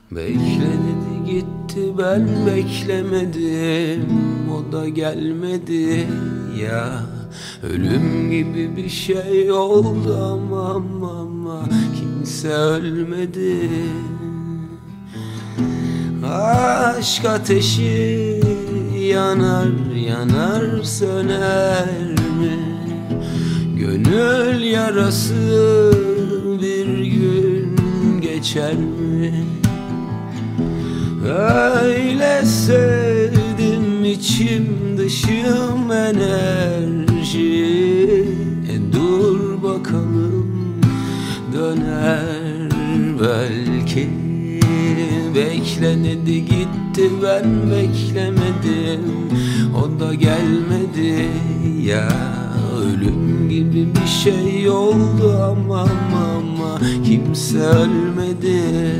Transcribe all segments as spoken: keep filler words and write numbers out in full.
Bekledi gitti, ben beklemedim, o da gelmedi ya. Ölüm gibi bir şey oldu ama ama, ama kimse ölmedi. Aşk ateşi yanar yanar söner mi? Gönül yarası bir gün geçer mi? Öyle sevdim, içim dışım enerji. E dur bakalım, döner belki. Bekledi gitti, ben beklemedim, o da gelmedi ya. Ölüm gibi bir şey oldu ama ama, ama kimse ölmedi.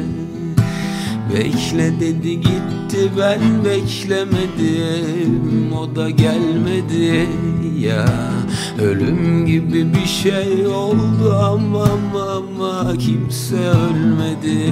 Bekle dedi gitti, ben beklemedim, o da gelmedi ya. Ölüm gibi bir şey oldu ama ama, ama kimse ölmedi.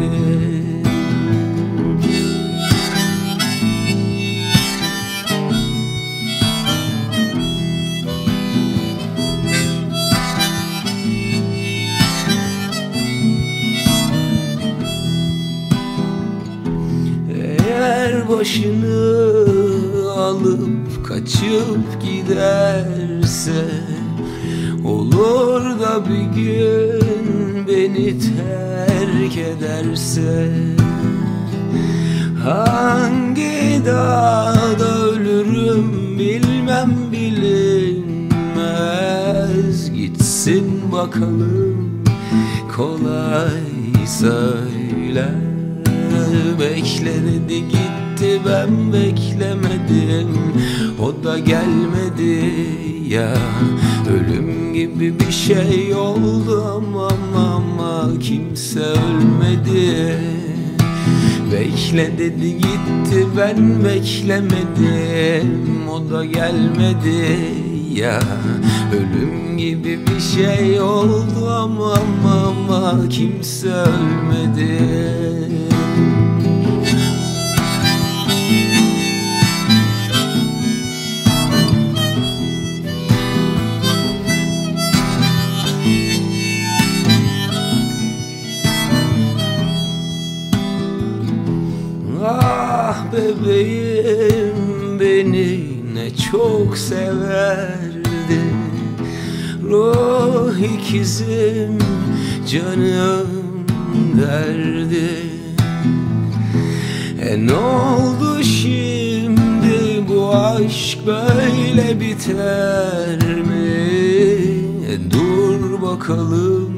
Eğer başını alıp kaçıp giderse, olur da bir gün beni terk ederse, hangi dağda ölürüm bilmem bilinmez. Gitsin bakalım, kolay söyler. Bekle dedi gitti, ben beklemedim, o da gelmedi ya. Ölüm gibi bir şey oldu ama ama, ama kimse ölmedi. Bekle dedi gitti, ben beklemedim, o da gelmedi ya. Ölüm gibi bir şey oldu ama ama, ama kimse ölmedi. Ah bebeğim beni ne çok severdi, ruh ikizim canım derdi. E ne oldu şimdi, bu aşk böyle biter mi? E dur bakalım,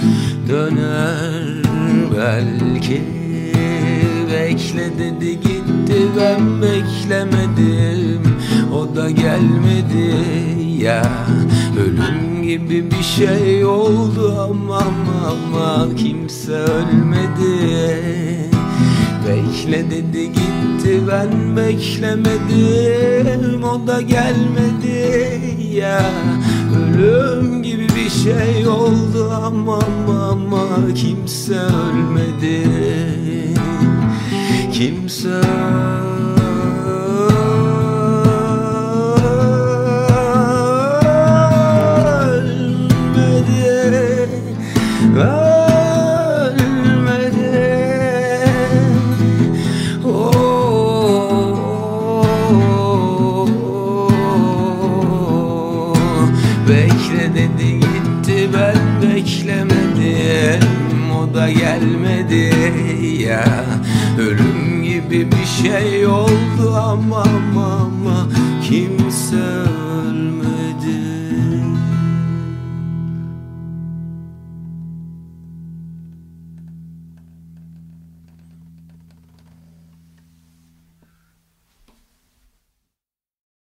döner belki. Bekle dedi gitti, ben beklemedim, o da gelmedi ya. Ölüm gibi bir şey oldu ama ama, ama kimse ölmedi. Bekle dedi gitti, ben beklemedim, o da gelmedi ya. Ölüm gibi bir şey oldu ama ama, ama kimse ölmedi. Kimse ölmedi, ölmedi. Oh, bekle dedi gitti, ben beklemedim, o da gelmedi ya. Ölüm gibi bir şey oldu ama ama, ama kimse ölmedi.